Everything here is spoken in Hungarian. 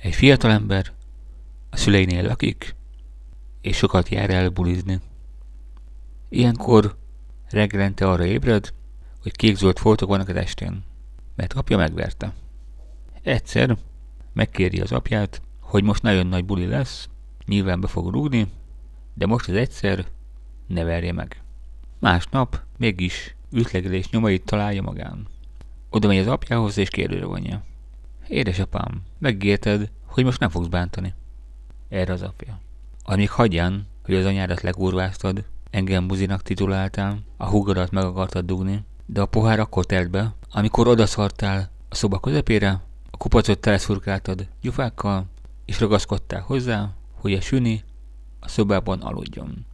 Egy fiatalember a szüleinél lakik, és sokat jár el bulizni. Ilyenkor reggelente arra ébred, hogy kék-zöld foltok vannak a testén, mert apja megverte. Egyszer megkéri az apját, hogy most nagyon nagy buli lesz, nyilván be fog rúgni, de most az egyszer ne verje meg. Másnap mégis ütlegelés nyomait találja magán. Oda megy az apjához és kérdőre vonja. Édesapám, megígérted, hogy most nem fogsz bántani. Erre az apja. Amíg hagyján, hogy az anyádat legurváztad, engem buzinak tituláltál, a húgodat meg akartad dugni, de a pohár akkor telt be, amikor odaszartál a szoba közepére, a kupacot teleszurkáltad gyufákkal, és ragaszkodtál hozzá, hogy a süni a szobában aludjon.